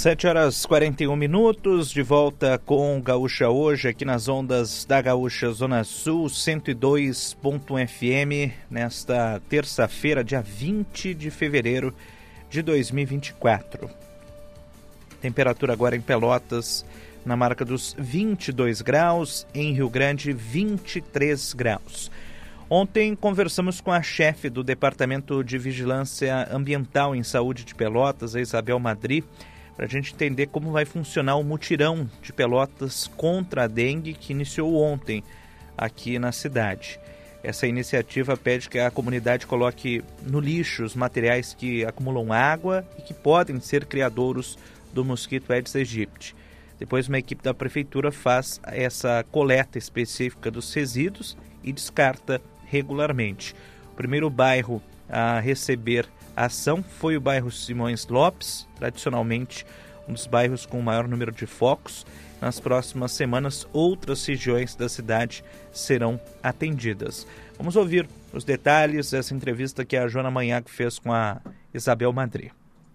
sete horas e quarenta e um minutos, de volta com Gaúcha Hoje, aqui nas ondas da Gaúcha Zona Sul, cento e dois ponto um F M, nesta terça-feira, dia vinte de fevereiro de dois mil e vinte e quatro. Temperatura agora em Pelotas, na marca dos vinte e dois graus, em Rio Grande, vinte e três graus. Ontem conversamos com a chefe do Departamento de Vigilância Ambiental em Saúde de Pelotas, a Isabel Madri, para a gente entender como vai funcionar o mutirão de Pelotas contra a dengue que iniciou ontem aqui na cidade. Essa iniciativa pede que a comunidade coloque no lixo os materiais que acumulam água e que podem ser criadouros do mosquito Aedes aegypti. Depois uma equipe da prefeitura faz essa coleta específica dos resíduos e descarta regularmente. O primeiro bairro a receber a ação foi o bairro Simões Lopes, tradicionalmente um dos bairros com o maior número de focos. Nas próximas semanas, outras regiões da cidade serão atendidas. Vamos ouvir os detalhes dessa entrevista que a Joana Manhago fez com a Isabel Madri.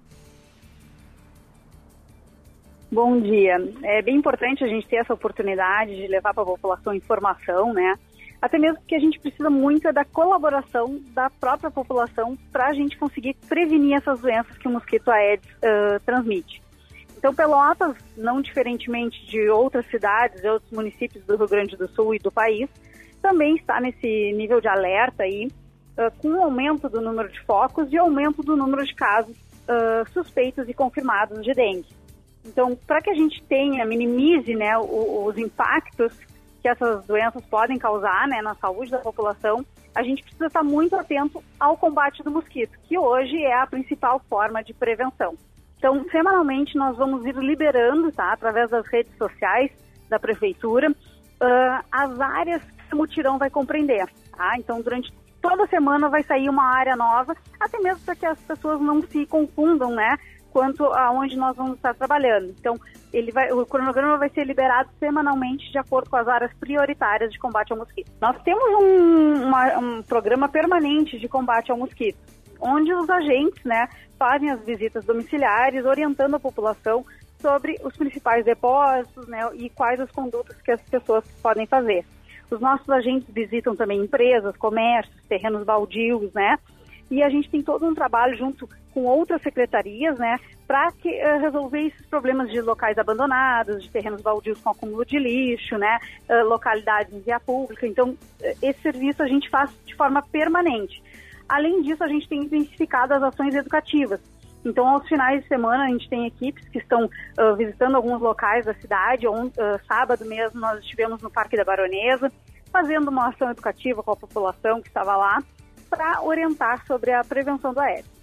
Bom dia. É bem importante a gente ter essa oportunidade de levar para a população informação, né? Até mesmo porque a gente precisa muito da colaboração da própria população para a gente conseguir prevenir essas doenças que o mosquito Aedes uh, transmite. Então, Pelotas, não diferentemente de outras cidades e outros municípios do Rio Grande do Sul e do país, também está nesse nível de alerta aí, uh, com o aumento do número de focos e aumento do número de casos uh, suspeitos e confirmados de dengue. Então, para que a gente tenha, minimize, né, os, os impactos que essas doenças podem causar, né, na saúde da população, a gente precisa estar muito atento ao combate do mosquito, que hoje é a principal forma de prevenção. Então, semanalmente, nós vamos ir liberando, tá, através das redes sociais da prefeitura, uh, as áreas que o mutirão vai compreender. Tá? Então, durante toda semana vai sair uma área nova, até mesmo para que as pessoas não se confundam, né, quanto aonde nós vamos estar trabalhando. Então, ele vai, o cronograma vai ser liberado semanalmente de acordo com as áreas prioritárias de combate ao mosquito. Nós temos um, uma, um programa permanente de combate ao mosquito, onde os agentes, né, fazem as visitas domiciliares, orientando a população sobre os principais depósitos, né, e quais as condutas que as pessoas podem fazer. Os nossos agentes visitam também empresas, comércios, terrenos baldios, né, e a gente tem todo um trabalho junto com outras secretarias, né, para uh, resolver esses problemas de locais abandonados, de terrenos baldios com acúmulo de lixo, né, uh, localidades em via pública. Então, uh, esse serviço a gente faz de forma permanente. Além disso, a gente tem intensificado as ações educativas. Então, aos finais de semana, a gente tem equipes que estão uh, visitando alguns locais da cidade. On, uh, sábado mesmo, nós estivemos no Parque da Baronesa, fazendo uma ação educativa com a população que estava lá, para orientar sobre a prevenção do Aedes.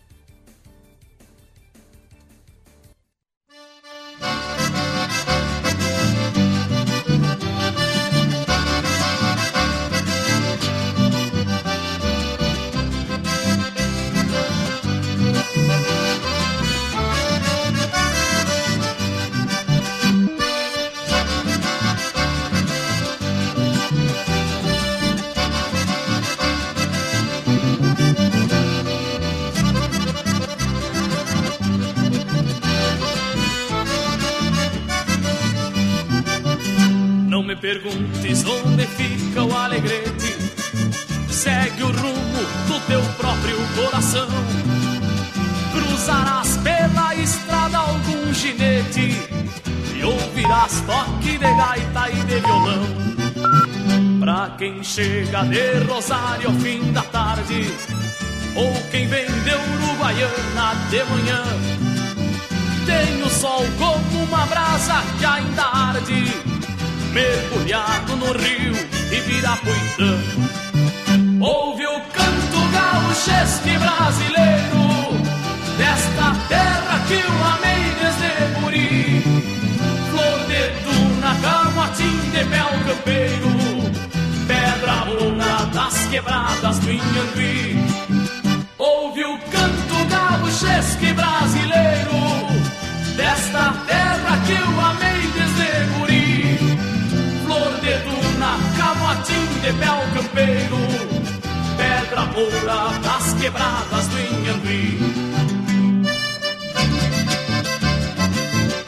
Não me perguntes onde fica o Alegrete, segue o rumo do teu próprio coração. Cruzarás pela estrada algum ginete e ouvirás toque de gaita e de violão. Pra quem chega de Rosário ao fim da tarde, ou quem vem de Uruguaiana de manhã, tem o sol como uma brasa que ainda arde, mergulhado no rio Ibirapuitã. Ouve o canto gauchesque brasileiro, desta terra que eu amei desde guri. Flor de duna, camotim de mel campeiro, pedra oura das quebradas do Inhambi. Ouve o canto gauchesque brasileiro, desta terra que eu amei desde guri. De duna, camotim de mel campeiro, pedra moura das quebradas do Inhambi.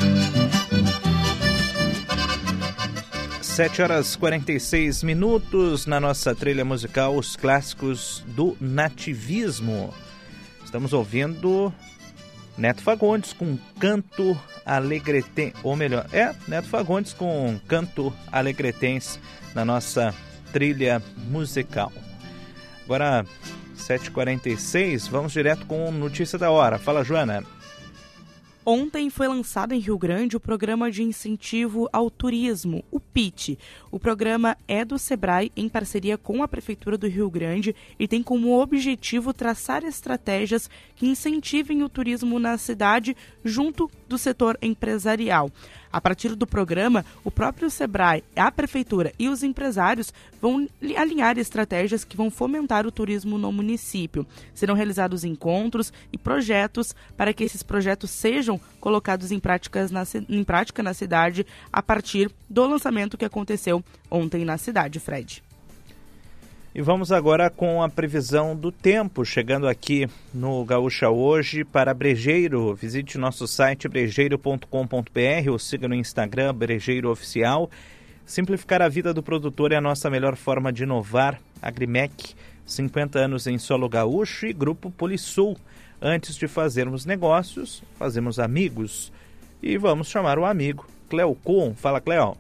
sete horas e quarenta e seis minutos na nossa trilha musical, os clássicos do nativismo. Estamos ouvindo Neto Fagundes com Canto Alegretense, ou melhor, é, Neto Fagundes com Canto Alegretense na nossa trilha musical. Agora, sete e quarenta e seis, vamos direto com notícia da hora. Fala, Joana. Ontem foi lançado em Rio Grande o Programa de Incentivo ao Turismo, o P I T. O programa é do Sebrae em parceria com a Prefeitura do Rio Grande e tem como objetivo traçar estratégias que incentivem o turismo na cidade junto do setor empresarial. A partir do programa, o próprio Sebrae, a Prefeitura e os empresários vão alinhar estratégias que vão fomentar o turismo no município. Serão realizados encontros e projetos para que esses projetos sejam colocados em, práticas na, em prática na cidade a partir do lançamento que aconteceu ontem na cidade, Fred. E vamos agora com a previsão do tempo, chegando aqui no Gaúcha Hoje para Brejeiro. Visite nosso site brejeiro ponto com ponto b r ou siga no Instagram Brejeiro Oficial. Simplificar a vida do produtor é a nossa melhor forma de inovar. Agrimec, cinquenta anos em solo gaúcho, e Grupo Polisul. Antes de fazermos negócios, fazemos amigos. E vamos chamar o amigo Cleo Kuhn. Fala, Cleo.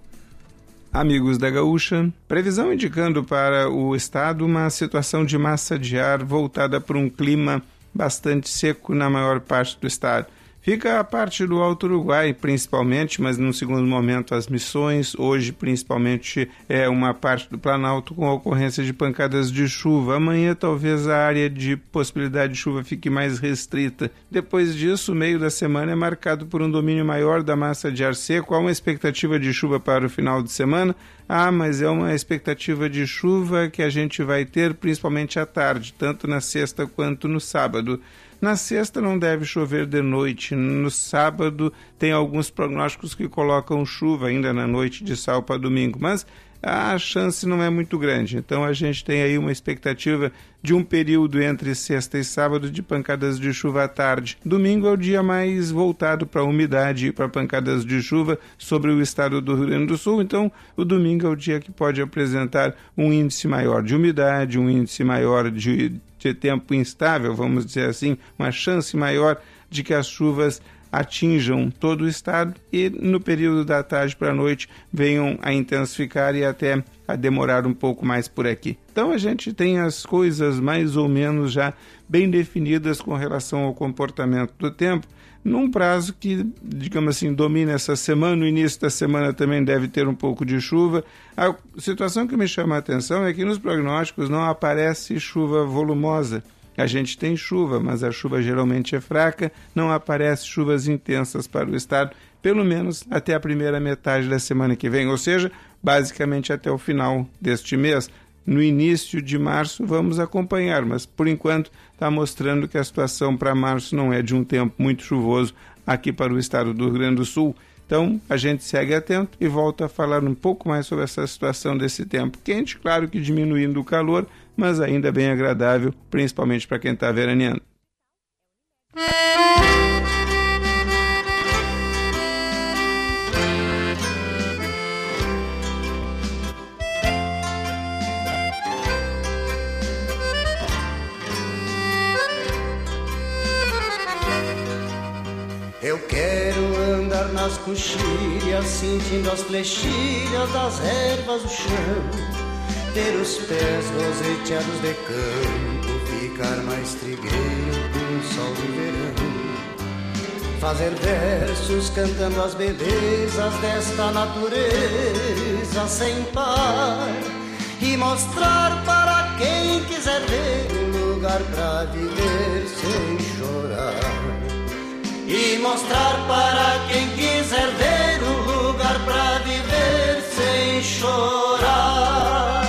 Amigos da Gaúcha, previsão indicando para o estado uma situação de massa de ar voltada para um clima bastante seco na maior parte do estado. Fica a parte do Alto Uruguai, principalmente, mas num segundo momento as Missões. Hoje, principalmente, é uma parte do Planalto com a ocorrência de pancadas de chuva. Amanhã, talvez a área de possibilidade de chuva fique mais restrita. Depois disso, o meio da semana é marcado por um domínio maior da massa de ar seco. Há uma expectativa de chuva para o final de semana. Ah, mas é uma expectativa de chuva que a gente vai ter principalmente à tarde, tanto na sexta quanto no sábado. Na sexta não deve chover de noite. No sábado tem alguns prognósticos que colocam chuva ainda na noite de sábado para domingo, mas a chance não é muito grande. Então a gente tem aí uma expectativa de um período entre sexta e sábado de pancadas de chuva à tarde. Domingo é o dia mais voltado para a umidade e para pancadas de chuva sobre o estado do Rio Grande do Sul. Então o domingo é o dia que pode apresentar um índice maior de umidade, um índice maior de de tempo instável, vamos dizer assim, uma chance maior de que as chuvas atinjam todo o estado e no período da tarde para a noite venham a intensificar e até a demorar um pouco mais por aqui. Então a gente tem as coisas mais ou menos já bem definidas com relação ao comportamento do tempo, num prazo que, digamos assim, domina essa semana. No início da semana também deve ter um pouco de chuva. A situação que me chama a atenção é que nos prognósticos não aparece chuva volumosa. A gente tem chuva, mas a chuva geralmente é fraca, não aparece chuvas intensas para o estado, pelo menos até a primeira metade da semana que vem, ou seja, basicamente até o final deste mês. No início de março vamos acompanhar, mas por enquanto está mostrando que a situação para março não é de um tempo muito chuvoso aqui para o estado do Rio Grande do Sul. Então a gente segue atento e volta a falar um pouco mais sobre essa situação desse tempo quente, claro que diminuindo o calor, mas ainda bem agradável, principalmente para quem está veraneando. Eu quero andar nas coxilhas, sentindo as flechilhas das ervas do chão, ter os pés roseteados de campo, ficar mais trigueiro com o sol de verão, fazer versos cantando as belezas desta natureza sem par, e mostrar para quem quiser ver um lugar pra viver sem chorar. E mostrar para quem quiser ver um lugar pra viver sem chorar.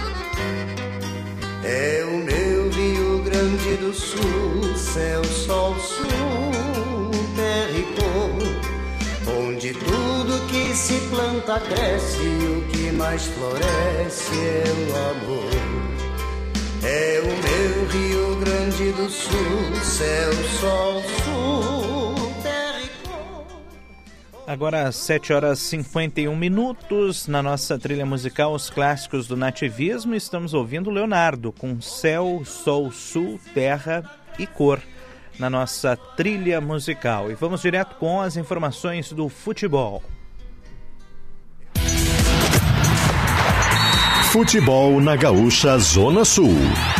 É o meu Rio Grande do Sul, céu, sol, sul, terra e cor, onde tudo que se planta cresce e o que mais floresce é o amor. É o meu Rio Grande do Sul, céu, sol, sul. Agora às sete horas e cinquenta e um minutos, na nossa trilha musical Os Clássicos do Nativismo, estamos ouvindo Leonardo com Céu, Sol, Sul, Terra e Cor na nossa trilha musical. E vamos direto com as informações do futebol. Futebol na Gaúcha Zona Sul.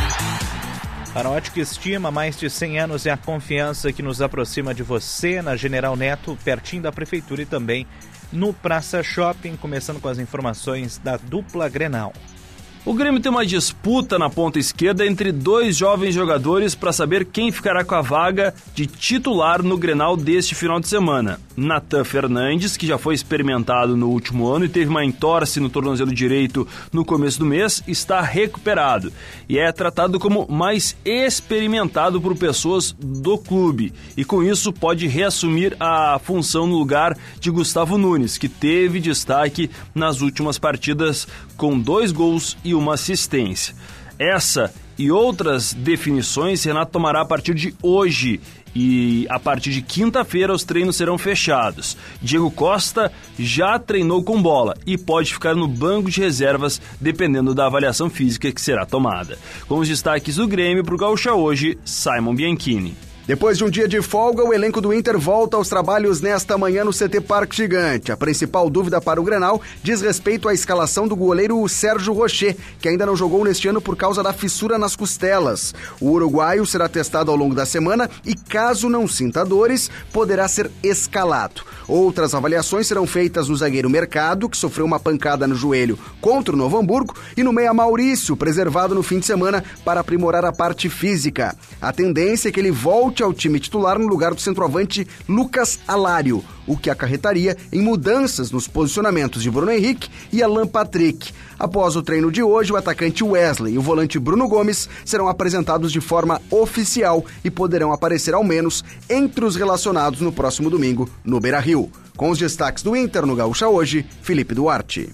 Para a Ótica Estima, mais de cem anos é a confiança que nos aproxima de você, na General Neto, pertinho da Prefeitura, e também no Praça Shopping, começando com as informações da dupla Grenal. O Grêmio tem uma disputa na ponta esquerda entre dois jovens jogadores para saber quem ficará com a vaga de titular no Grenal deste final de semana. Natan Fernandes, que já foi experimentado no último ano e teve uma entorse no tornozelo direito no começo do mês, está recuperado e é tratado como mais experimentado por pessoas do clube, e com isso pode reassumir a função no lugar de Gustavo Nunes, que teve destaque nas últimas partidas com dois gols e uma assistência. Essa e outras definições Renato tomará a partir de hoje, e a partir de quinta-feira os treinos serão fechados. Diego Costa já treinou com bola e pode ficar no banco de reservas dependendo da avaliação física que será tomada. Com os destaques do Grêmio para o Gaúcha hoje, Simon Bianchini. Depois de um dia de folga, o elenco do Inter volta aos trabalhos nesta manhã no C T Parque Gigante. A principal dúvida para o Grenal diz respeito à escalação do goleiro Sérgio Rocher, que ainda não jogou neste ano por causa da fissura nas costelas. O uruguaio será testado ao longo da semana e, caso não sinta dores, poderá ser escalado. Outras avaliações serão feitas no zagueiro Mercado, que sofreu uma pancada no joelho contra o Novo Hamburgo, e no meia Maurício, preservado no fim de semana para aprimorar a parte física. A tendência é que ele volte ao time titular no lugar do centroavante Lucas Alário, o que acarretaria em mudanças nos posicionamentos de Bruno Henrique e Alan Patrick. Após o treino de hoje, o atacante Wesley e o volante Bruno Gomes serão apresentados de forma oficial e poderão aparecer ao menos entre os relacionados no próximo domingo no Beira-Rio. Com os destaques do Inter no Gaúcha hoje, Felipe Duarte.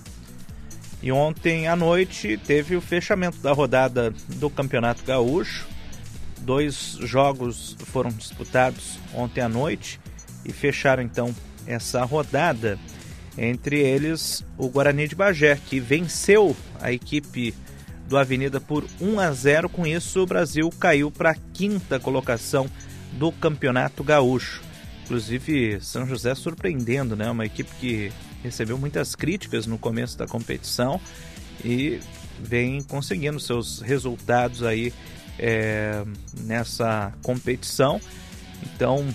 E ontem à noite teve o fechamento da rodada do Campeonato Gaúcho. Dois jogos foram disputados ontem à noite e fecharam então essa rodada. Entre eles o Guarani de Bagé, que venceu a equipe do Avenida por um a zero. Com isso o Brasil caiu para a quinta colocação do Campeonato Gaúcho. Inclusive São José surpreendendo, né? Uma equipe que recebeu muitas críticas no começo da competição e vem conseguindo seus resultados aí É, nessa competição. Então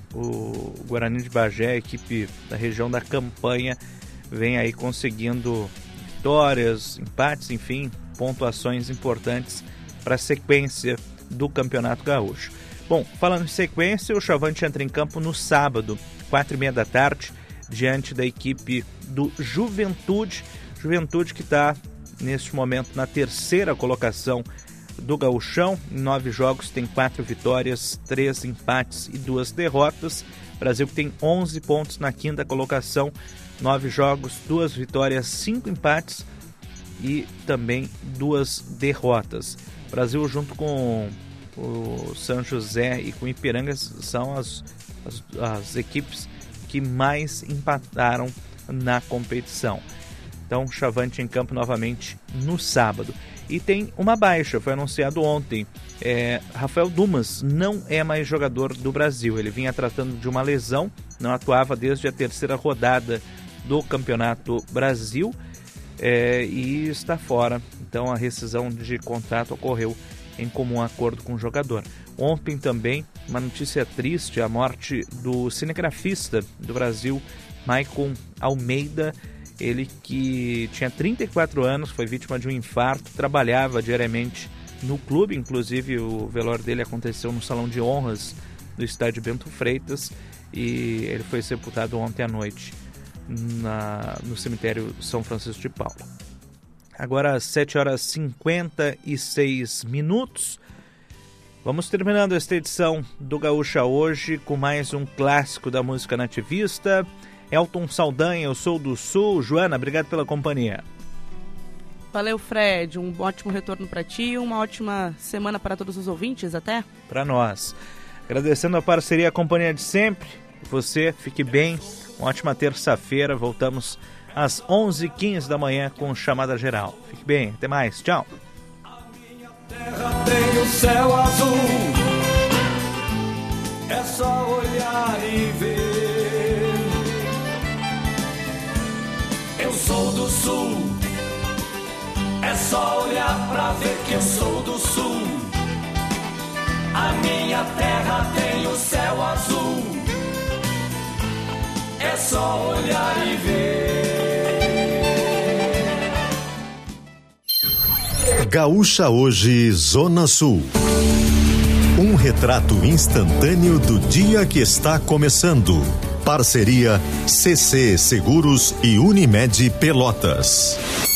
o Guarani de Bagé, a equipe da região da Campanha, vem aí conseguindo vitórias, empates, enfim, pontuações importantes para a sequência do Campeonato Gaúcho. Bom, falando em sequência, o Chavante entra em campo no sábado, quatro e meia da tarde, diante da equipe do Juventude. Juventude que está neste momento na terceira colocação do Gauchão. Em nove jogos tem quatro vitórias, três empates e duas derrotas. Brasil que tem onze pontos na quinta colocação, nove jogos, duas vitórias, cinco empates e também duas derrotas. Brasil junto com o São José e com o Ipiranga são as, as, as equipes que mais empataram na competição. Então Chavante em campo novamente no sábado. E tem uma baixa, foi anunciado ontem. É, Rafael Dumas não é mais jogador do Brasil. Ele vinha tratando de uma lesão, não atuava desde a terceira rodada do Campeonato Brasil é, e está fora. Então a rescisão de contrato ocorreu em comum acordo com o jogador. Ontem também, uma notícia triste, a morte do cinegrafista do Brasil, Maicon Almeida. Ele que tinha trinta e quatro anos, foi vítima de um infarto, trabalhava diariamente no clube, inclusive o velório dele aconteceu no Salão de Honras do estádio Bento Freitas e ele foi sepultado ontem à noite na, no cemitério São Francisco de Paula. Agora às sete horas e cinquenta e seis minutos, vamos terminando esta edição do Gaúcha hoje com mais um clássico da música nativista. Elton Saldanha, eu sou do Sul. Joana, obrigado pela companhia. Valeu, Fred. Um ótimo retorno para ti, uma ótima semana para todos os ouvintes até. Para nós. Agradecendo a parceria e a companhia de sempre. Você fique bem, uma ótima terça-feira. Voltamos às onze e quinze da manhã com Chamada Geral. Fique bem, até mais, tchau. Terra tem o céu azul, é só olhar e ver. Eu sou do sul, é só olhar pra ver que eu sou do sul. A minha terra tem o céu azul, é só olhar e ver. Gaúcha Hoje, Zona Sul. Um retrato instantâneo do dia que está começando. Parceria C C Seguros e Unimed Pelotas.